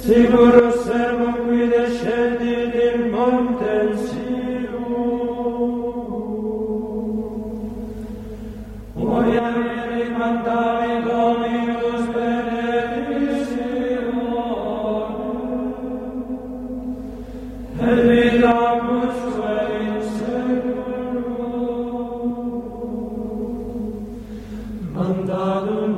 Sicuro servo qui descendi del monte Sion, voi avete mandavi Dominus benedicere, et vita quousque in seculum, mandatum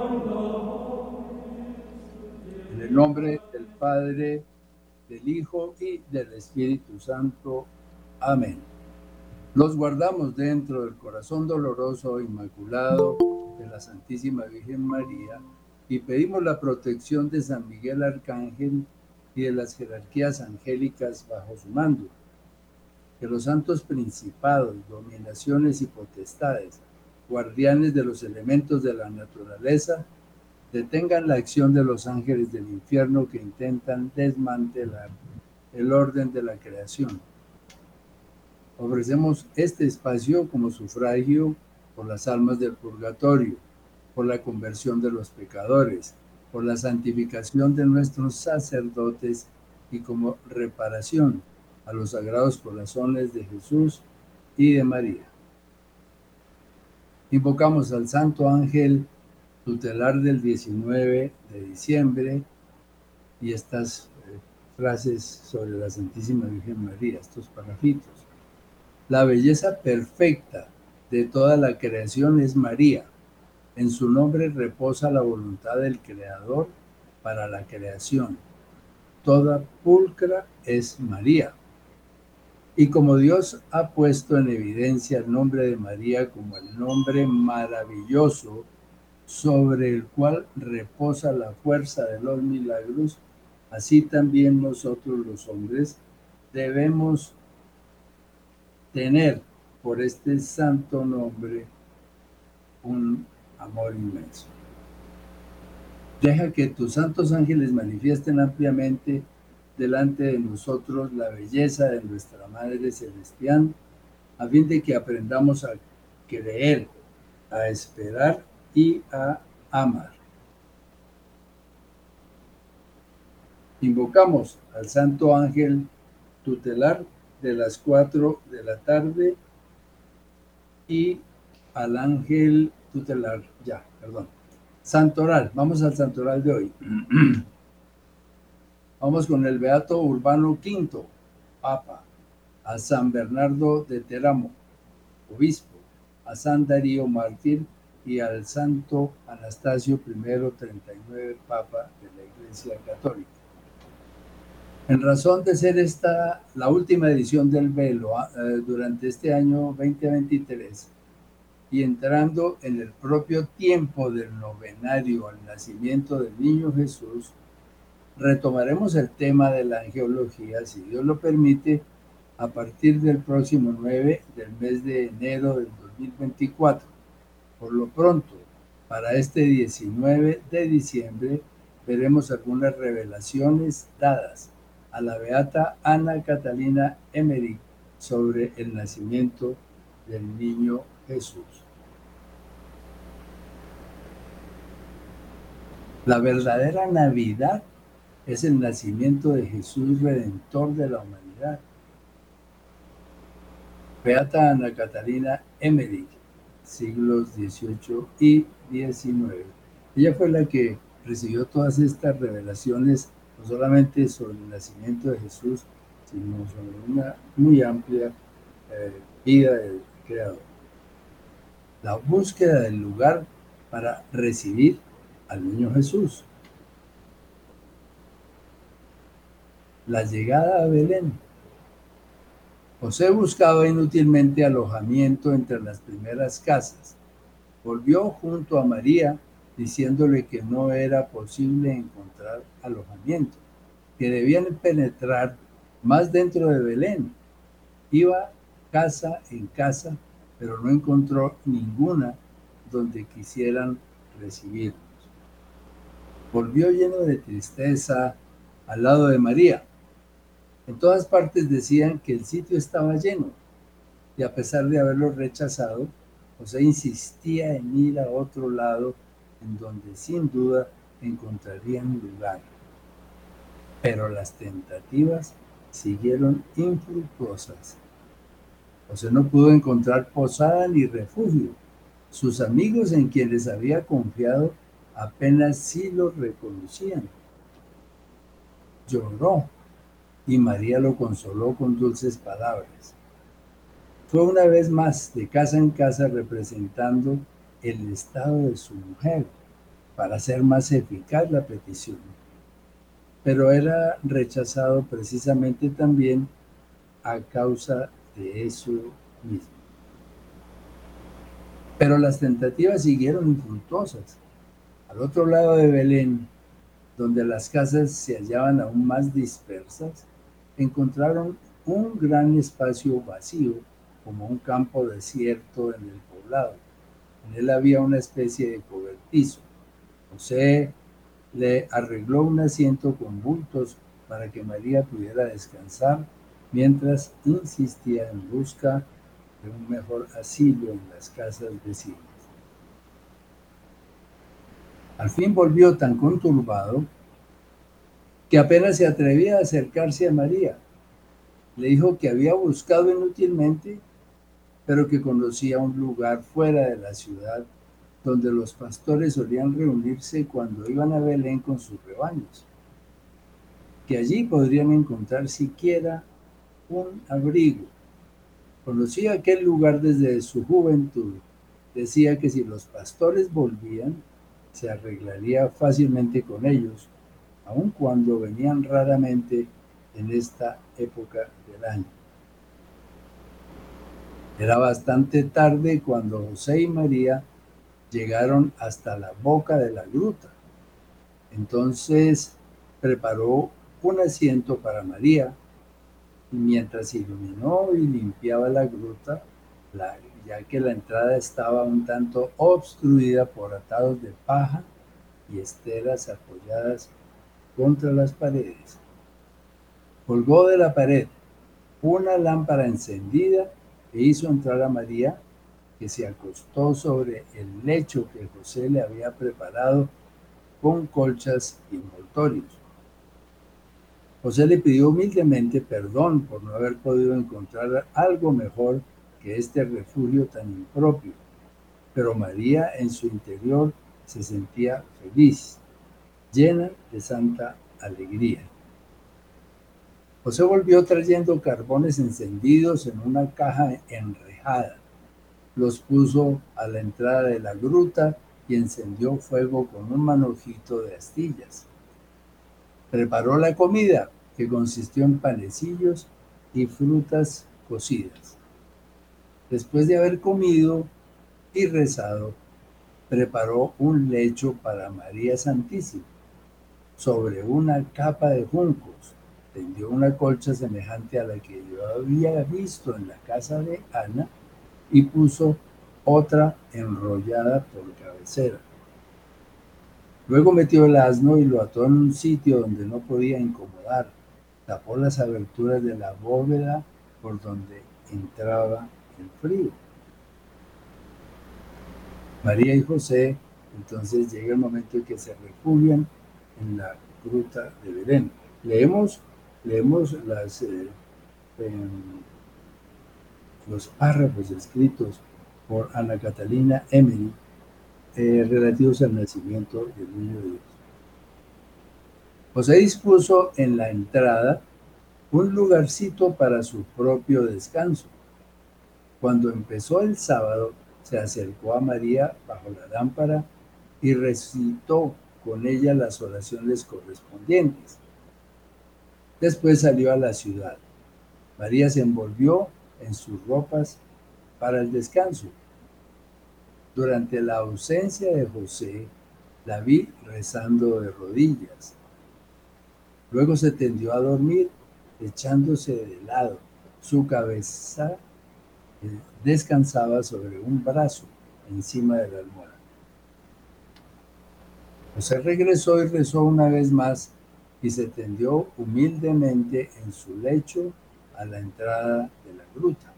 En el nombre del Padre, del Hijo y del Espíritu Santo. Amén. Los guardamos dentro del corazón doloroso e inmaculado de la Santísima Virgen María y pedimos la protección de San Miguel Arcángel y de las jerarquías angélicas bajo su mando. Que los santos principados, dominaciones y potestades, guardianes de los elementos de la naturaleza, detengan la acción de los ángeles del infierno que intentan desmantelar el orden de la creación. Ofrecemos este espacio como sufragio por las almas del purgatorio, por la conversión de los pecadores, por la santificación de nuestros sacerdotes y como reparación a los sagrados corazones de Jesús y de María. Invocamos al Santo Ángel tutelar del 19 de diciembre y estas frases sobre la Santísima Virgen María, estos parafitos. La belleza perfecta de toda la creación es María. En su nombre reposa la voluntad del Creador para la creación. Toda pulcra es María. Y como Dios ha puesto en evidencia el nombre de María como el nombre maravilloso sobre el cual reposa la fuerza de los milagros, así también nosotros los hombres debemos tener por este santo nombre un amor inmenso. Deja que tus santos ángeles manifiesten ampliamente delante de nosotros la belleza de nuestra Madre Celestial, a fin de que aprendamos a creer, a esperar y a amar. Invocamos al Santo Ángel tutelar de las 4 de la tarde y al ángel tutelar, Santoral, vamos al Santoral de hoy. Vamos con el Beato Urbano V, Papa, a San Bernardo de Teramo, Obispo, a San Darío Mártir y al Santo Anastasio I, 39, Papa de la Iglesia Católica. En razón de ser esta la última edición del Velo durante este año 2023 y entrando en el propio tiempo del novenario al nacimiento del Niño Jesús, retomaremos el tema de la angeología, si Dios lo permite, a partir del próximo 9 del mes de enero del 2024. Por lo pronto, para este 19 de diciembre, veremos algunas revelaciones dadas a la beata Ana Catalina Emmerich sobre el nacimiento del Niño Jesús. La verdadera Navidad es el nacimiento de Jesús, Redentor de la humanidad. Beata Ana Catalina Emmerich, siglos XVIII y XIX. Ella fue la que recibió todas estas revelaciones, no solamente sobre el nacimiento de Jesús, sino sobre una muy amplia vida del Creador. La búsqueda del lugar para recibir al Niño Jesús. La llegada a Belén. José buscaba inútilmente alojamiento entre las primeras casas. Volvió junto a María diciéndole que no era posible encontrar alojamiento, que debían penetrar más dentro de Belén. Iba casa en casa, pero no encontró ninguna donde quisieran recibirlos. Volvió lleno de tristeza al lado de María. En todas partes decían que el sitio estaba lleno, y a pesar de haberlo rechazado, José insistía en ir a otro lado, en donde sin duda encontrarían lugar. pero las tentativas siguieron infructuosas. José no pudo encontrar posada ni refugio. Sus amigos en quienes había confiado apenas sí lo reconocían. Lloró y María lo consoló con dulces palabras. Fue una vez más de casa en casa representando el estado de su mujer para hacer más eficaz la petición. Pero era rechazado precisamente también a causa de eso mismo. Pero las tentativas siguieron infructuosas. Al otro lado de Belén, donde las casas se hallaban aún más dispersas, encontraron un gran espacio vacío, como un campo desierto en el poblado. En él había una especie de cobertizo. José le arregló un asiento con bultos para que María pudiera descansar mientras insistía en busca de un mejor asilo en las casas vecinas. Al fin volvió tan conturbado que apenas se atrevía a acercarse a María. Le dijo que había buscado inútilmente, pero que conocía un lugar fuera de la ciudad donde los pastores solían reunirse cuando iban a Belén con sus rebaños, que allí podrían encontrar siquiera un abrigo. Conocía aquel lugar desde su juventud. Decía que si los pastores volvían, se arreglaría fácilmente con ellos, aun cuando venían raramente en esta época del año. Era bastante tarde cuando José y María llegaron hasta la boca de la gruta. Entonces preparó un asiento para María y mientras iluminó y limpiaba la gruta, ya que la entrada estaba un tanto obstruida por atados de paja y esteras apoyadas contra las paredes. Colgó de la pared una lámpara encendida e hizo entrar a María, que se acostó sobre el lecho que José le había preparado con colchas y envoltorios. José le pidió humildemente perdón por no haber podido encontrar algo mejor que este refugio tan impropio, pero María en su interior se sentía feliz, llena de santa alegría. José volvió trayendo carbones encendidos en una caja enrejada. Los puso a la entrada de la gruta y encendió fuego con un manojito de astillas. Preparó la comida, que consistió en panecillos y frutas cocidas. Después de haber comido y rezado, preparó un lecho para María Santísima. Sobre una capa de juncos, tendió una colcha semejante a la que yo había visto en la casa de Ana y puso otra enrollada por cabecera. Luego metió el asno y lo ató en un sitio donde no podía incomodar. Tapó las aberturas de la bóveda por donde entraba el frío. María y José, entonces llega el momento en que se refugian en la gruta de Belén. Leemos los párrafos escritos por Ana Catalina Emery relativos al nacimiento del niño Dios. José dispuso en la entrada un lugarcito para su propio descanso. Cuando empezó el sábado, se acercó a María bajo la lámpara y recitó con ella las oraciones correspondientes. Después salió a la ciudad. María se envolvió en sus ropas para el descanso. Durante la ausencia de José, la vi rezando de rodillas. Luego se tendió a dormir, echándose de lado. Su cabeza descansaba sobre un brazo encima de la almohada. José regresó y rezó una vez más y se tendió humildemente en su lecho a la entrada de la gruta.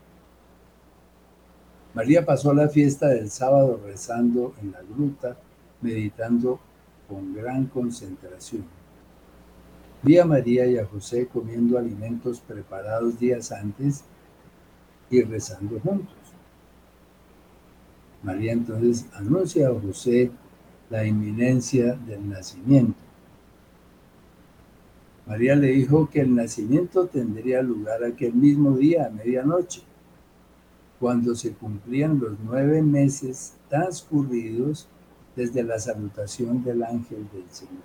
María pasó la fiesta del sábado rezando en la gruta, meditando con gran concentración. Vi a María y a José comiendo alimentos preparados días antes y rezando juntos. María entonces anuncia a José la inminencia del nacimiento. María le dijo que el nacimiento tendría lugar aquel mismo día a medianoche, cuando se cumplían los 9 meses transcurridos desde la salutación del ángel del Señor.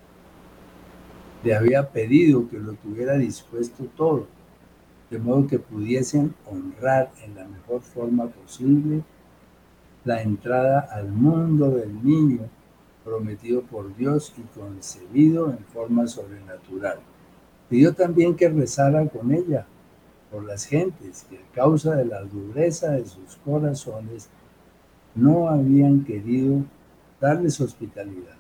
Le había pedido que lo tuviera dispuesto todo, de modo que pudiesen honrar en la mejor forma posible la entrada al mundo del niño prometido por Dios y concebido en forma sobrenatural. Pidió también que rezara con ella por las gentes que a causa de la dureza de sus corazones no habían querido darles hospitalidad.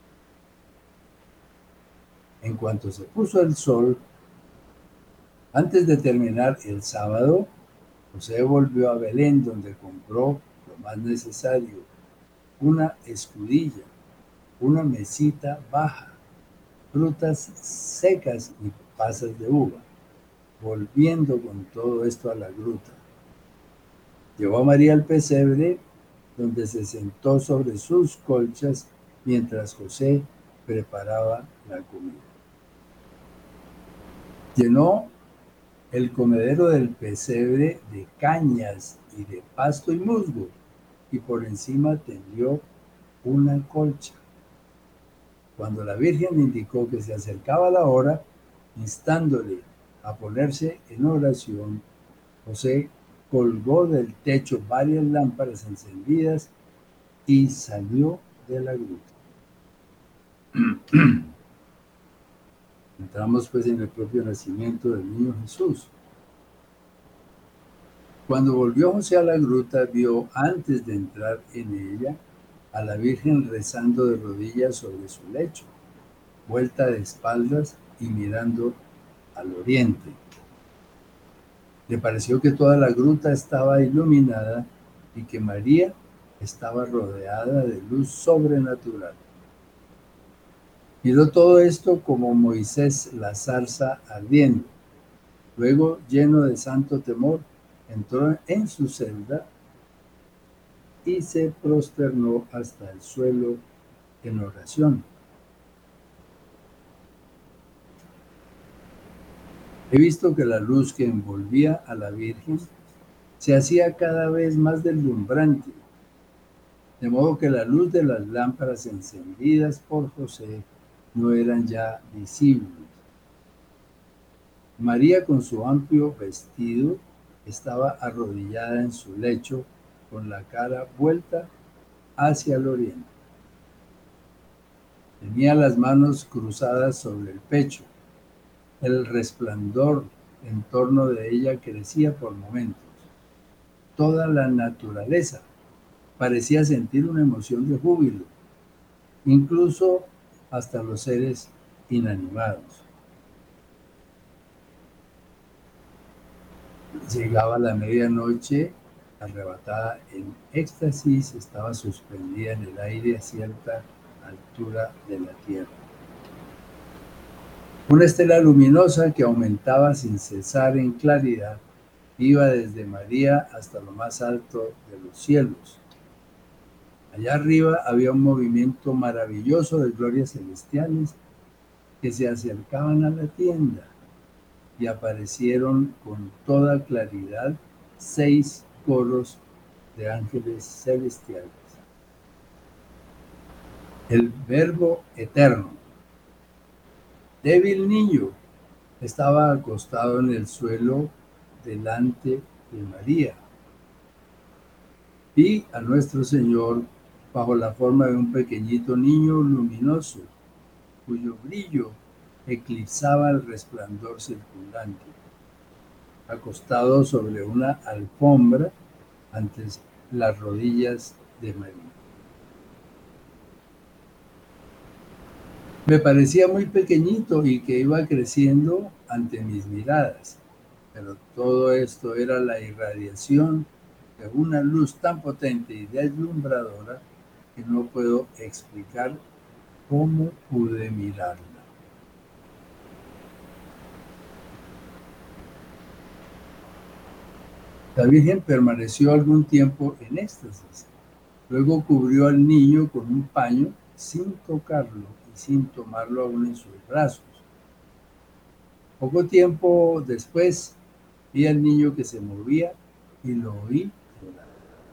En cuanto se puso el sol, antes de terminar el sábado, José volvió a Belén, donde compró lo más necesario: una escudilla, una mesita baja, frutas secas y pasas de uva, volviendo con todo esto a la gruta. Llevó a María al pesebre, donde se sentó sobre sus colchas mientras José preparaba la comida. Llenó el comedero del pesebre de cañas y de pasto y musgo, y por encima tendió una colcha. Cuando la Virgen indicó que se acercaba la hora, instándole a ponerse en oración, José colgó del techo varias lámparas encendidas y salió de la gruta. Entramos pues en el propio nacimiento del niño Jesús. Cuando volvió José a la gruta, vio antes de entrar en ella a la Virgen rezando de rodillas sobre su lecho, vuelta de espaldas y mirando al oriente. Le pareció que toda la gruta estaba iluminada y que María estaba rodeada de luz sobrenatural. Miró todo esto como Moisés la zarza ardiendo. Luego, lleno de santo temor, entró en su celda y se prosternó hasta el suelo en oración. He visto que la luz que envolvía a la Virgen se hacía cada vez más deslumbrante, de modo que la luz de las lámparas encendidas por José no eran ya visibles. María, con su amplio vestido, estaba arrodillada en su lecho, con la cara vuelta hacia el oriente. Tenía las manos cruzadas sobre el pecho. El resplandor en torno de ella crecía por momentos. Toda la naturaleza parecía sentir una emoción de júbilo, incluso hasta los seres inanimados. Llegaba la medianoche, arrebatada en éxtasis, estaba suspendida en el aire a cierta altura de la tierra. Una estela luminosa que aumentaba sin cesar en claridad iba desde María hasta lo más alto de los cielos. Allá arriba había un movimiento maravilloso de glorias celestiales que se acercaban a la tienda, y aparecieron con toda claridad 6 coros de ángeles celestiales. El Verbo eterno, débil niño, estaba acostado en el suelo delante de María. Vi a nuestro Señor bajo la forma de un pequeñito niño luminoso, cuyo brillo eclipsaba el resplandor circundante, acostado sobre una alfombra ante las rodillas de María. Me parecía muy pequeñito y que iba creciendo ante mis miradas, pero todo esto era la irradiación de una luz tan potente y deslumbradora que no puedo explicar cómo pude mirarla. La Virgen permaneció algún tiempo en éxtasis. Luego cubrió al niño con un paño sin tocarlo y sin tomarlo aún en sus brazos. Poco tiempo después vi al niño que se movía y lo oí llorar.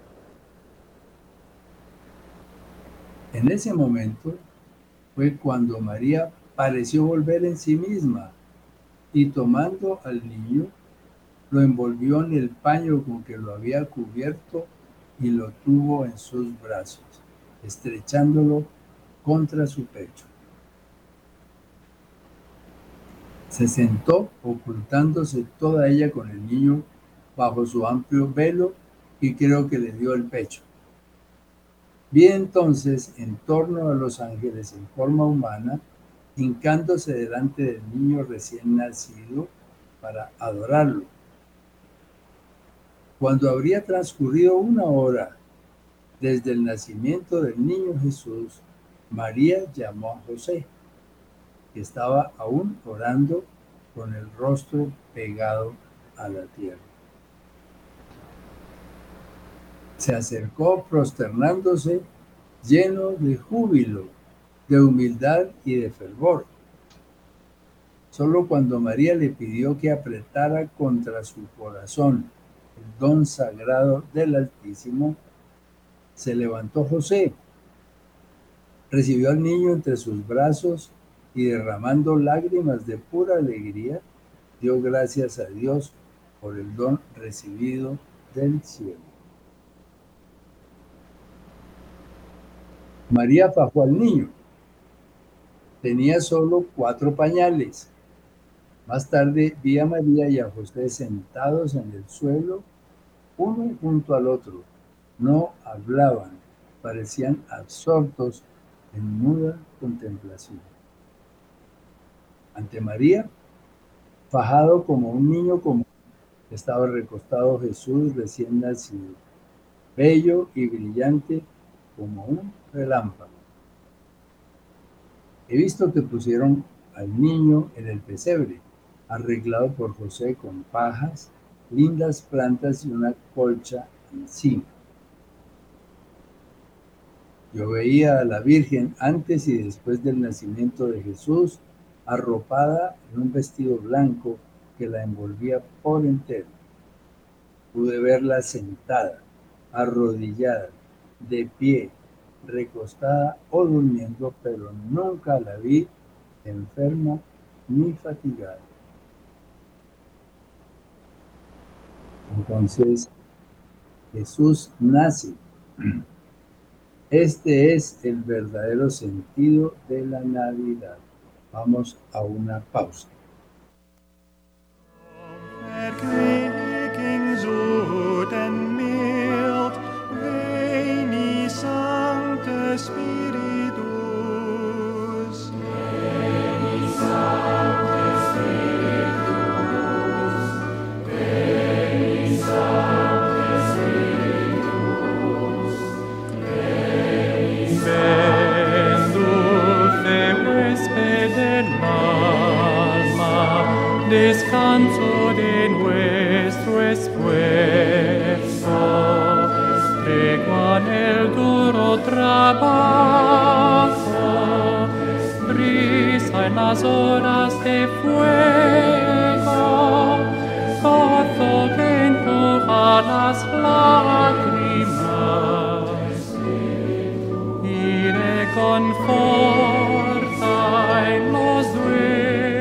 En ese momento fue cuando María pareció volver en sí misma y tomando al niño, lo envolvió en el paño con que lo había cubierto y lo tuvo en sus brazos, estrechándolo contra su pecho. Se sentó ocultándose toda ella con el niño bajo su amplio velo y creo que le dio el pecho. Vi entonces en torno a los ángeles en forma humana, hincándose delante del niño recién nacido para adorarlo. Cuando habría transcurrido 1 hora desde el nacimiento del niño Jesús, María llamó a José, que estaba aún orando con el rostro pegado a la tierra. Se acercó prosternándose, lleno de júbilo, de humildad y de fervor. Solo cuando María le pidió que apretara contra su corazón el don sagrado del Altísimo, se levantó José, recibió al niño entre sus brazos y derramando lágrimas de pura alegría, dio gracias a Dios por el don recibido del cielo. María fajó al niño. Tenía solo 4 pañales. Más tarde vi a María y a José sentados en el suelo, uno junto al otro. No hablaban, parecían absortos en muda contemplación. Ante María, fajado como un niño común, estaba recostado Jesús recién nacido, bello y brillante como un relámpago. He visto que pusieron al niño en el pesebre, arreglado por José con pajas, lindas plantas y una colcha encima. Yo veía a la Virgen antes y después del nacimiento de Jesús, arropada en un vestido blanco que la envolvía por entero. Pude verla sentada, arrodillada, de pie, recostada o durmiendo, pero nunca la vi enferma ni fatigada. Entonces, Jesús nace. Este es el verdadero sentido de la Navidad. Vamos a una pausa. Descanso de nuestro esfuerzo, tregua en el duro trabajo, brisa en las horas de fuego, gozo que enjuga las lágrimas y reconforta en los duelos.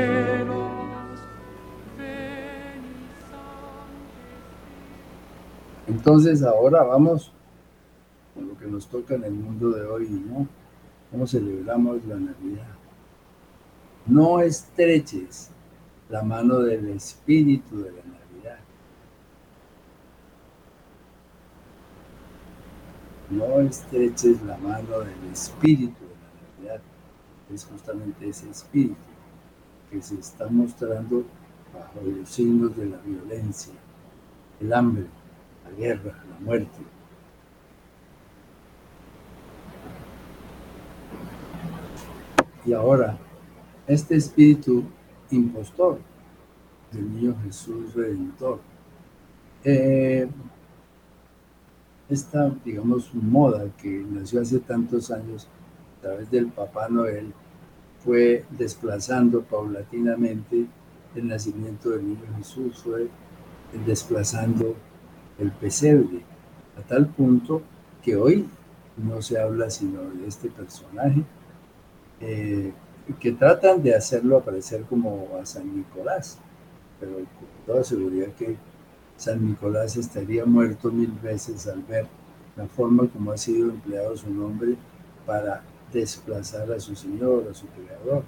Entonces ahora vamos con lo que nos toca en el mundo de hoy, ¿no? ¿Cómo celebramos la Navidad? No estreches la mano del espíritu de la Navidad. No estreches la mano del espíritu de la Navidad. Es justamente ese espíritu que se está mostrando bajo los signos de la violencia, el hambre, la guerra, la muerte. Y ahora, este espíritu impostor del niño Jesús Redentor Eh, esta, digamos, moda que nació hace tantos años a través del Papá Noel fue desplazando paulatinamente el nacimiento del niño Jesús, fue desplazando el pesebre, a tal punto que hoy no se habla sino de este personaje, eh, que tratan de hacerlo aparecer como a San Nicolás, pero con toda seguridad que San Nicolás estaría muerto 1000 veces al ver la forma como ha sido empleado su nombre para desplazar a su Señor, a su Creador.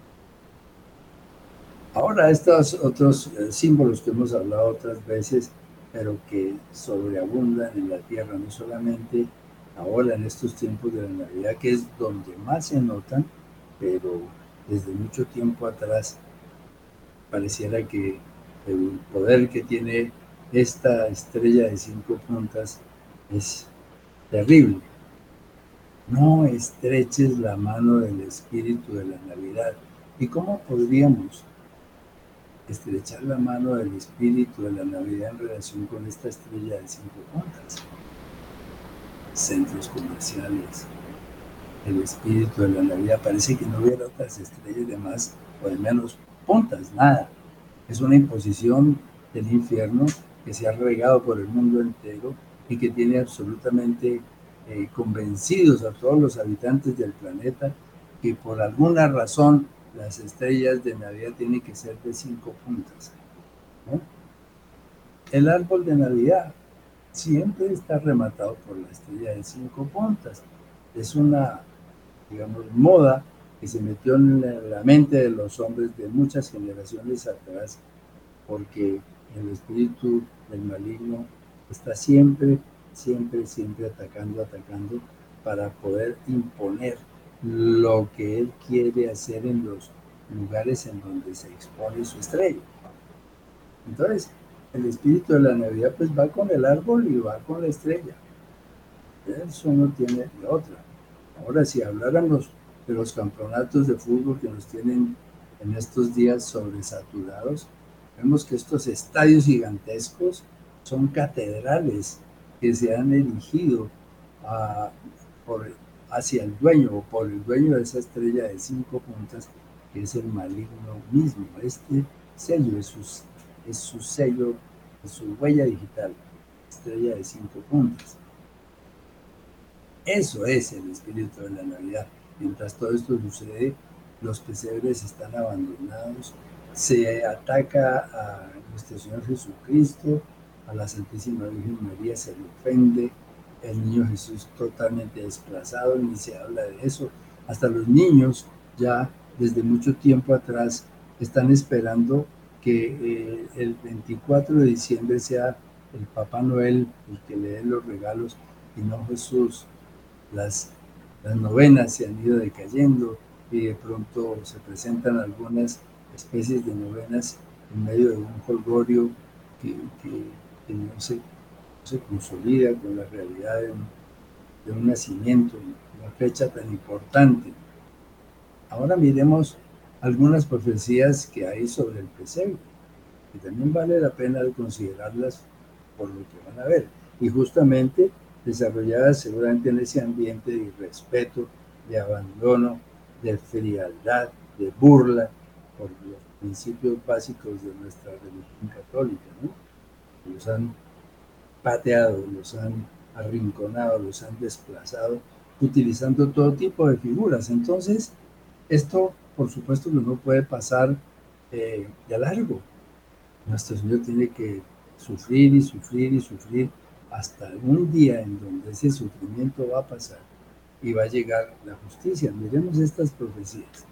Ahora, estos otros símbolos que hemos hablado otras veces, pero que sobreabundan en la tierra, no solamente ahora en estos tiempos de la Navidad, que es donde más se notan, pero desde mucho tiempo atrás pareciera que el poder que tiene esta estrella de 5 puntas es terrible. No estreches la mano del espíritu de la Navidad. ¿Y cómo podríamos estrechar la mano del espíritu de la Navidad en relación con esta estrella de 5 puntas? Centros comerciales, el espíritu de la Navidad. Parece que no hubiera otras estrellas de más o de menos puntas, nada. Es una imposición del infierno que se ha regado por el mundo entero y que tiene absolutamente convencidos a todos los habitantes del planeta que por alguna razón las estrellas de Navidad tienen que ser de 5 puntas, ¿no? El árbol de Navidad siempre está rematado por la estrella de 5 puntas. Es una, digamos, moda que se metió en la mente de los hombres de muchas generaciones atrás, porque el espíritu del maligno está siempre, siempre, siempre atacando para poder imponer lo que él quiere hacer en los lugares en donde se expone su estrella. Entonces, el espíritu de la Navidad pues va con el árbol y va con la estrella. Eso no tiene de otra. Ahora, si habláramos de los campeonatos de fútbol que nos tienen en estos días sobresaturados, vemos que estos estadios gigantescos son catedrales que se han erigido hacia el dueño o por el dueño de esa estrella de 5 puntas, que es el maligno mismo. Este sello es su sello, es su huella digital, estrella de 5 puntas. Eso es el espíritu de la Navidad. Mientras todo esto sucede, los pesebres están abandonados, se ataca a nuestro Señor Jesucristo, a la Santísima Virgen María se le ofende, el niño Jesús totalmente desplazado, ni se habla de eso. Hasta los niños ya desde mucho tiempo atrás están esperando que el 24 de diciembre sea el Papá Noel el que le dé los regalos y no Jesús. Las novenas se han ido decayendo y de pronto se presentan algunas especies de novenas en medio de un jolgorio que no se consolida con la realidad de un nacimiento, una fecha tan importante. Ahora miremos algunas profecías que hay sobre el pesebre, que también vale la pena considerarlas por lo que van a ver. Y justamente desarrolladas seguramente en ese ambiente de irrespeto, de abandono, de frialdad, de burla por los principios básicos de nuestra religión católica, ¿no? Los han pateado, los han arrinconado, los han desplazado, utilizando todo tipo de figuras. Entonces, esto, por supuesto, que no puede pasar de largo. Nuestro Señor tiene que sufrir y sufrir y sufrir hasta un día en donde ese sufrimiento va a pasar y va a llegar la justicia. Miremos estas profecías.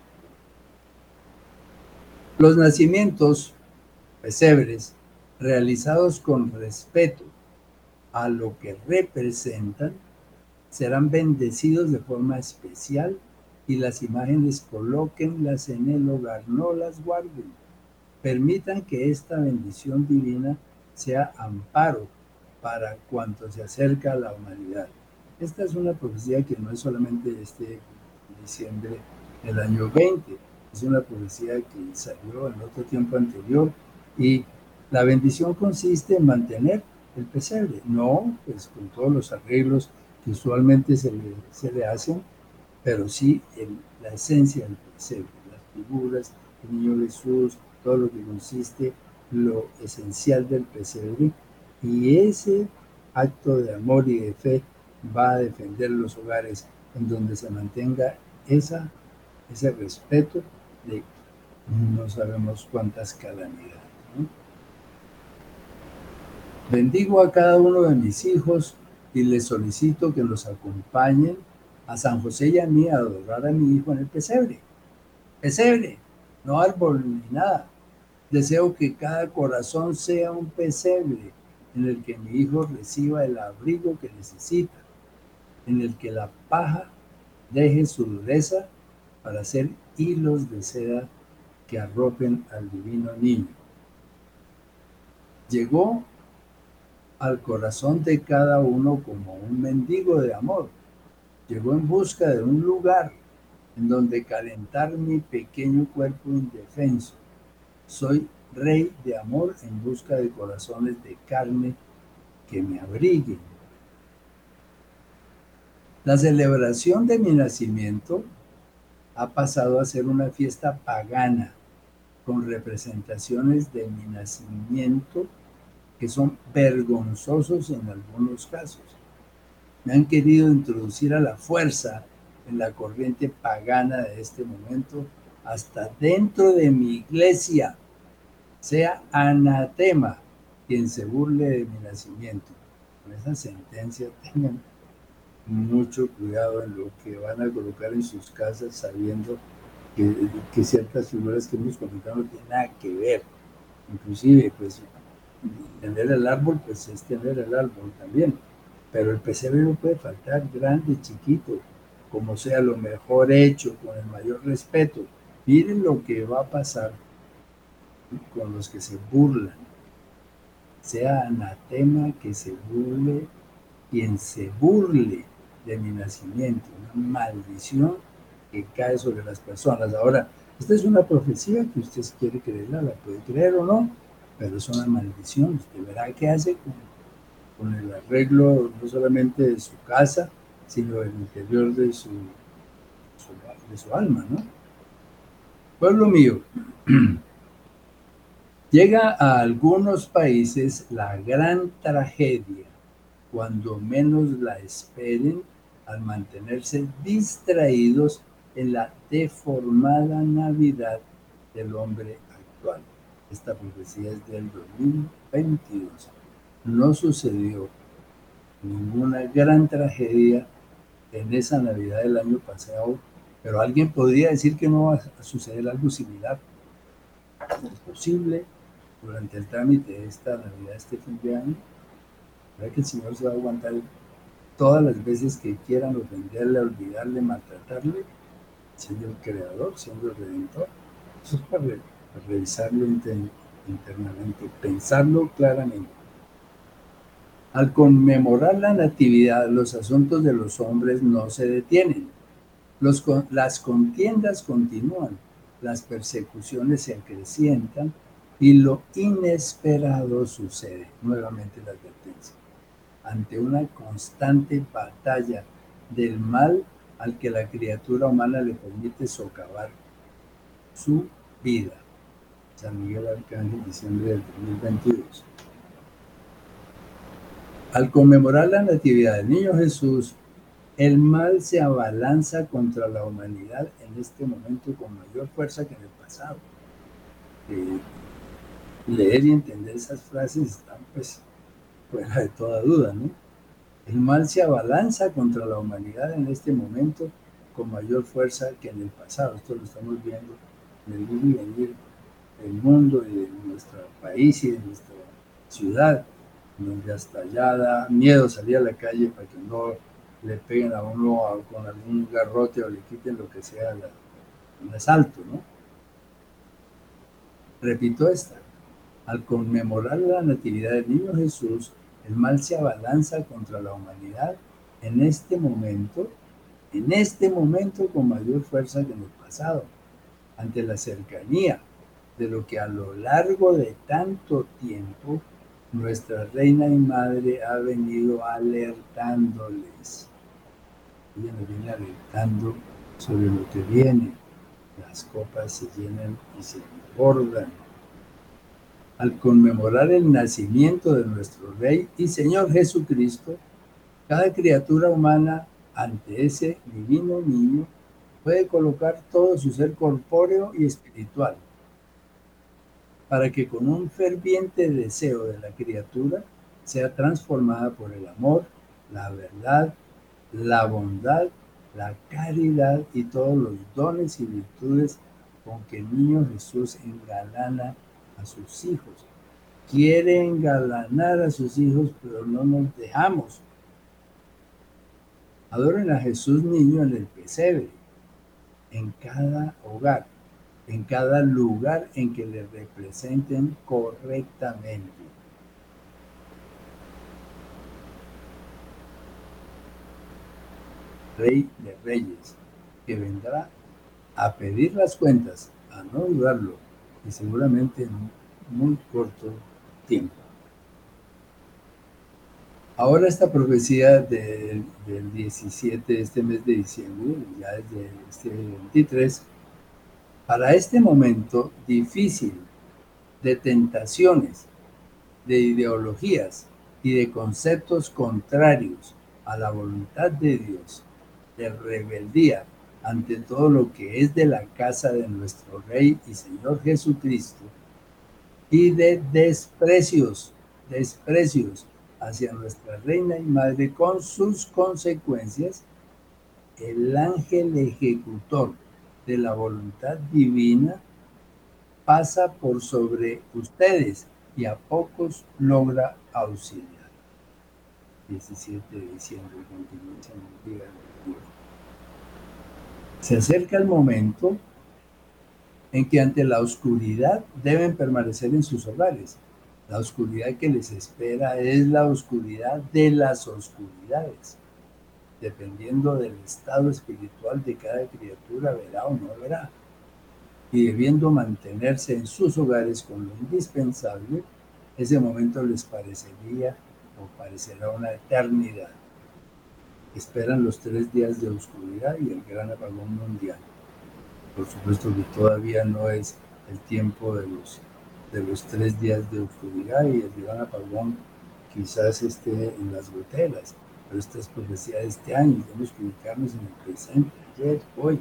Los nacimientos pesebres realizados con respeto a lo que representan serán bendecidos de forma especial y las imágenes colóquenlas en el hogar, no las guarden. Permitan que esta bendición divina sea amparo para cuanto se acerca a la humanidad. Esta es una profecía que no es solamente este diciembre del año 20, es una profecía que salió en otro tiempo anterior y la bendición consiste en mantener el pesebre. No, pues con todos los arreglos que usualmente se le hacen, pero sí la esencia del pesebre, las figuras, el niño Jesús, todo lo que consiste, lo esencial del pesebre, y ese acto de amor y de fe va a defender los hogares en donde se mantenga ese respeto de no sabemos cuántas calamidades, ¿no? Bendigo a cada uno de mis hijos y les solicito que los acompañen a San José y a mí a adorar a mi hijo en el pesebre. Pesebre, no árbol ni nada. Deseo que cada corazón sea un pesebre en el que mi hijo reciba el abrigo que necesita, en el que la paja deje su dureza para hacer hilos de seda que arropen al divino niño. Llegó al corazón de cada uno como un mendigo de amor. Llegó en busca de un lugar en donde calentar mi pequeño cuerpo indefenso. Soy rey de amor en busca de corazones de carne que me abriguen. La celebración de mi nacimiento ha pasado a ser una fiesta pagana con representaciones de mi nacimiento que son vergonzosos en algunos casos. Me han querido introducir a la fuerza en la corriente pagana de este momento hasta dentro de mi iglesia. Sea anatema quien se burle de mi nacimiento. Con esa sentencia tengan mucho cuidado en lo que van a colocar en sus casas, sabiendo que ciertas figuras que hemos comentado no tienen nada que ver. Inclusive, pues, tener el árbol, pues es tener el árbol también. Pero el pesebre no puede faltar, grande, chiquito, como sea, lo mejor hecho, con el mayor respeto. Miren lo que va a pasar con los que se burlan. Sea anatema que se burle quien se burle de mi nacimiento, una maldición que cae sobre las personas. Ahora, esta es una profecía que usted quiere creerla, la puede creer o no, pero es una maldición. Usted verá qué hace con el arreglo no solamente de su casa, sino del interior de su alma, ¿no? Pueblo mío, llega a algunos países la gran tragedia, cuando menos la esperen, al mantenerse distraídos en la deformada Navidad del hombre actual. Esta profecía es del 2022. No sucedió ninguna gran tragedia en esa Navidad del año pasado, pero alguien podría decir que no va a suceder algo similar. Es posible durante el trámite de esta Navidad, este fin de año. ¿Verdad que el Señor se va a aguantar todas las veces que quieran ofenderle, olvidarle, maltratarle, siendo el creador, siendo el redentor? Eso es para revisarlo internamente, pensarlo claramente. Al conmemorar la natividad, los asuntos de los hombres no se detienen. Las contiendas continúan, las persecuciones se acrecientan y lo inesperado sucede. Nuevamente la advertencia. Ante una constante batalla del mal al que la criatura humana le permite socavar su vida. San Miguel Arcángel, diciembre del 2022. Al conmemorar la natividad del niño Jesús, el mal se abalanza contra la humanidad en este momento con mayor fuerza que en el pasado. Leer y entender esas frases están pues fuera de toda duda, ¿no? El mal se abalanza contra la humanidad en este momento con mayor fuerza que en el pasado. Esto lo estamos viendo en el ir y venir del mundo y de nuestro país y de nuestra ciudad, donde hasta ya da miedo salir a la calle para que no le peguen a uno con algún garrote o le quiten lo que sea un asalto, ¿no? Repito esta. Al conmemorar la natividad del niño Jesús, el mal se abalanza contra la humanidad en este momento con mayor fuerza que en el pasado, ante la cercanía de lo que a lo largo de tanto tiempo nuestra reina y madre ha venido alertándoles. Ella nos viene alertando sobre lo que viene. Las copas se llenan y se desbordan. Al conmemorar el nacimiento de nuestro Rey y Señor Jesucristo, cada criatura humana ante ese divino niño puede colocar todo su ser corpóreo y espiritual, para que con un ferviente deseo de la criatura sea transformada por el amor, la verdad, la bondad, la caridad y todos los dones y virtudes con que el niño Jesús engalana a sus hijos. Quiere engalanar a sus hijos, pero no nos dejamos. Adoren a Jesús niño en el pesebre, en cada hogar, en cada lugar en que le representen correctamente. Rey de Reyes, que vendrá a pedir las cuentas, a no dudarlo, y seguramente en un muy corto tiempo. Ahora esta profecía del 17 de este mes de diciembre, ya desde este 23, para este momento difícil de tentaciones, de ideologías y de conceptos contrarios a la voluntad de Dios, de rebeldía ante todo lo que es de la casa de nuestro Rey y Señor Jesucristo, y de desprecios hacia nuestra Reina y Madre con sus consecuencias, el ángel ejecutor de la voluntad divina pasa por sobre ustedes y a pocos logra auxiliar. 17 de diciembre, continuación del día de Dios. Se acerca el momento en que ante la oscuridad deben permanecer en sus hogares. La oscuridad que les espera es la oscuridad de las oscuridades. Dependiendo del estado espiritual de cada criatura, verá o no verá. Y debiendo mantenerse en sus hogares con lo indispensable, ese momento les parecería o parecerá una eternidad. Esperan los 3 días de oscuridad y el gran apagón mundial. Por supuesto que todavía no es el tiempo de los 3 días de oscuridad, y el gran apagón quizás esté en las goteras, pero esta es profecía de este año. Tenemos que ubicarnos en el presente, ayer, hoy.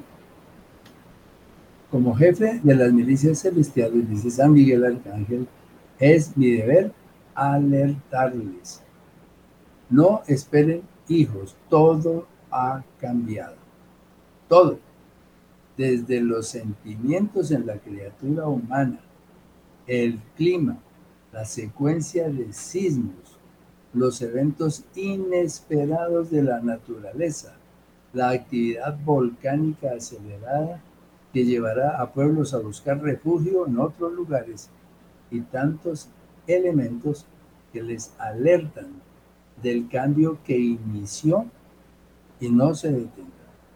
Como jefe de las milicias celestiales, dice San Miguel Arcángel, es mi deber alertarles. No esperen hijos, todo ha cambiado. Todo. Desde los sentimientos en la criatura humana, el clima, la secuencia de sismos, los eventos inesperados de la naturaleza, la actividad volcánica acelerada que llevará a pueblos a buscar refugio en otros lugares, y tantos elementos que les alertan del cambio que inició y no se detendrá.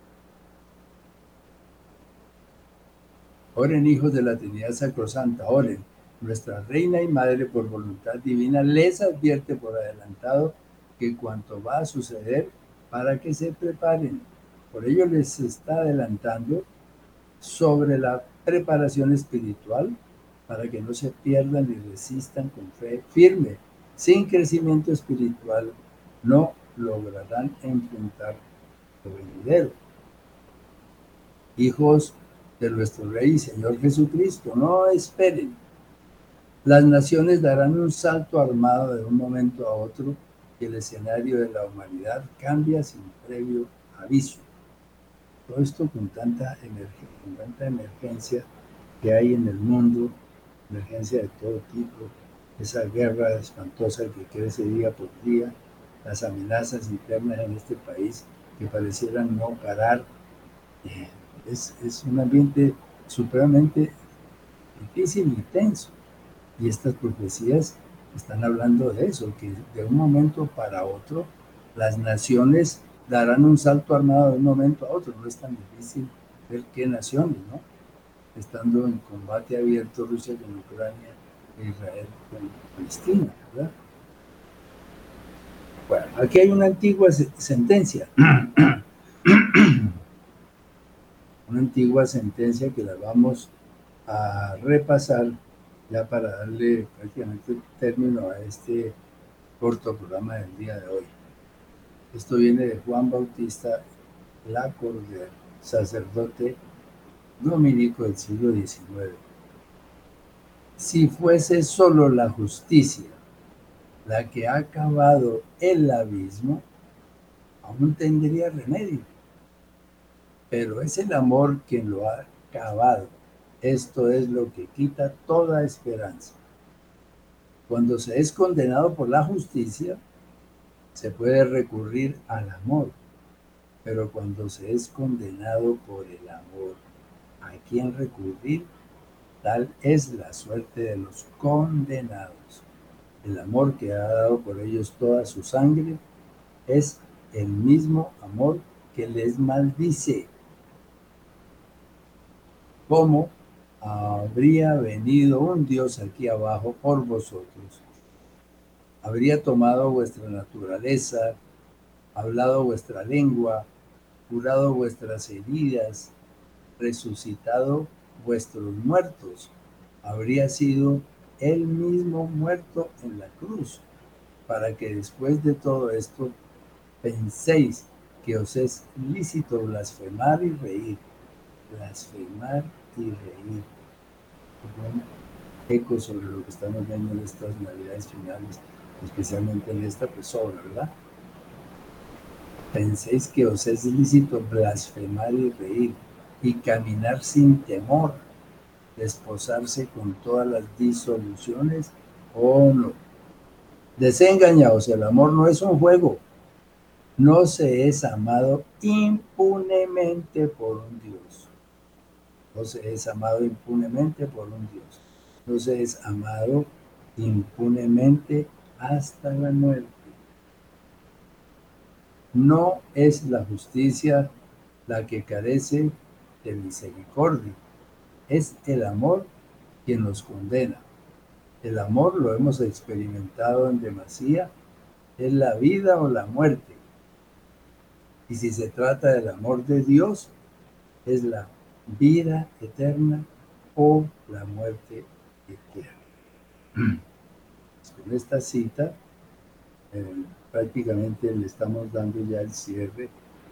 Oren, hijos de la Trinidad Sacrosanta, oren. Nuestra Reina y Madre, por voluntad divina, les advierte por adelantado que cuanto va a suceder, para que se preparen. Por ello les está adelantando sobre la preparación espiritual, para que no se pierdan y resistan con fe firme. Sin crecimiento espiritual no lograrán enfrentar lo venidero. Hijos de nuestro Rey y Señor Jesucristo, no esperen. Las naciones darán un salto armado de un momento a otro, y el escenario de la humanidad cambia sin previo aviso. Todo esto con tanta emergencia que hay en el mundo, emergencia de todo tipo, esa guerra espantosa que crece día por día, las amenazas internas en este país que parecieran no parar. Es un ambiente supremamente difícil y tenso. Y estas profecías están hablando de eso, que de un momento para otro las naciones darán un salto armado de un momento a otro. No es tan difícil ver qué naciones, ¿no? Estando en combate abierto Rusia con Ucrania e Israel con Palestina, ¿verdad? Bueno, aquí hay una antigua sentencia. Una antigua sentencia que la vamos a repasar ya para darle prácticamente término a este corto programa del día de hoy. Esto viene de Juan Bautista Lacordaire, sacerdote dominico del siglo XIX. Si fuese solo la justicia la que ha cavado el abismo, aún tendría remedio. Pero es el amor quien lo ha cavado. Esto es lo que quita toda esperanza. Cuando se es condenado por la justicia, se puede recurrir al amor. Pero cuando se es condenado por el amor, ¿a quién recurrir? Tal es la suerte de los condenados. El amor que ha dado por ellos toda su sangre es el mismo amor que les maldice. ¿Cómo habría venido un Dios aquí abajo por vosotros? Habría tomado vuestra naturaleza, hablado vuestra lengua, curado vuestras heridas, resucitado vuestros muertos. Habría sido él mismo muerto en la cruz, para que después de todo esto penséis que os es lícito blasfemar y reír. Blasfemar y reír. Un eco sobre lo que estamos viendo en estas navidades finales, especialmente en esta obra, ¿verdad? Penséis que os es lícito blasfemar y reír, y caminar sin temor, desposarse con todas las disoluciones, ¿o no? Desengañaos, el amor no es un juego. No se es amado impunemente por un Dios. No se es amado impunemente por un Dios. No se es amado impunemente hasta la muerte. No es la justicia la que carece de misericordia. Es el amor quien nos condena. El amor lo hemos experimentado en demasía. Es la vida o la muerte. Y si se trata del amor de Dios, es la vida eterna o la muerte eterna. Con esta cita, prácticamente le estamos dando ya el cierre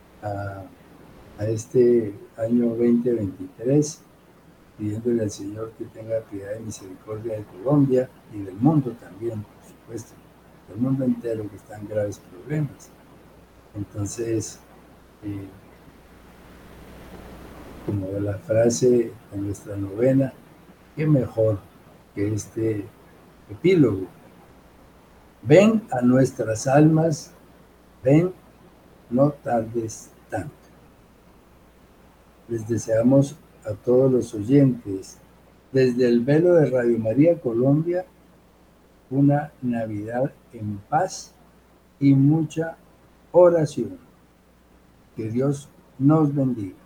a este año 2023, pidiéndole al Señor que tenga piedad y misericordia de Colombia y del mundo también, por supuesto, del mundo entero que está en graves problemas. Entonces, como la frase en nuestra novena, qué mejor que este epílogo. Ven a nuestras almas, ven, no tardes tanto. Les deseamos a todos los oyentes, desde el velo de Radio María Colombia, una Navidad en paz y mucha oración. Que Dios nos bendiga.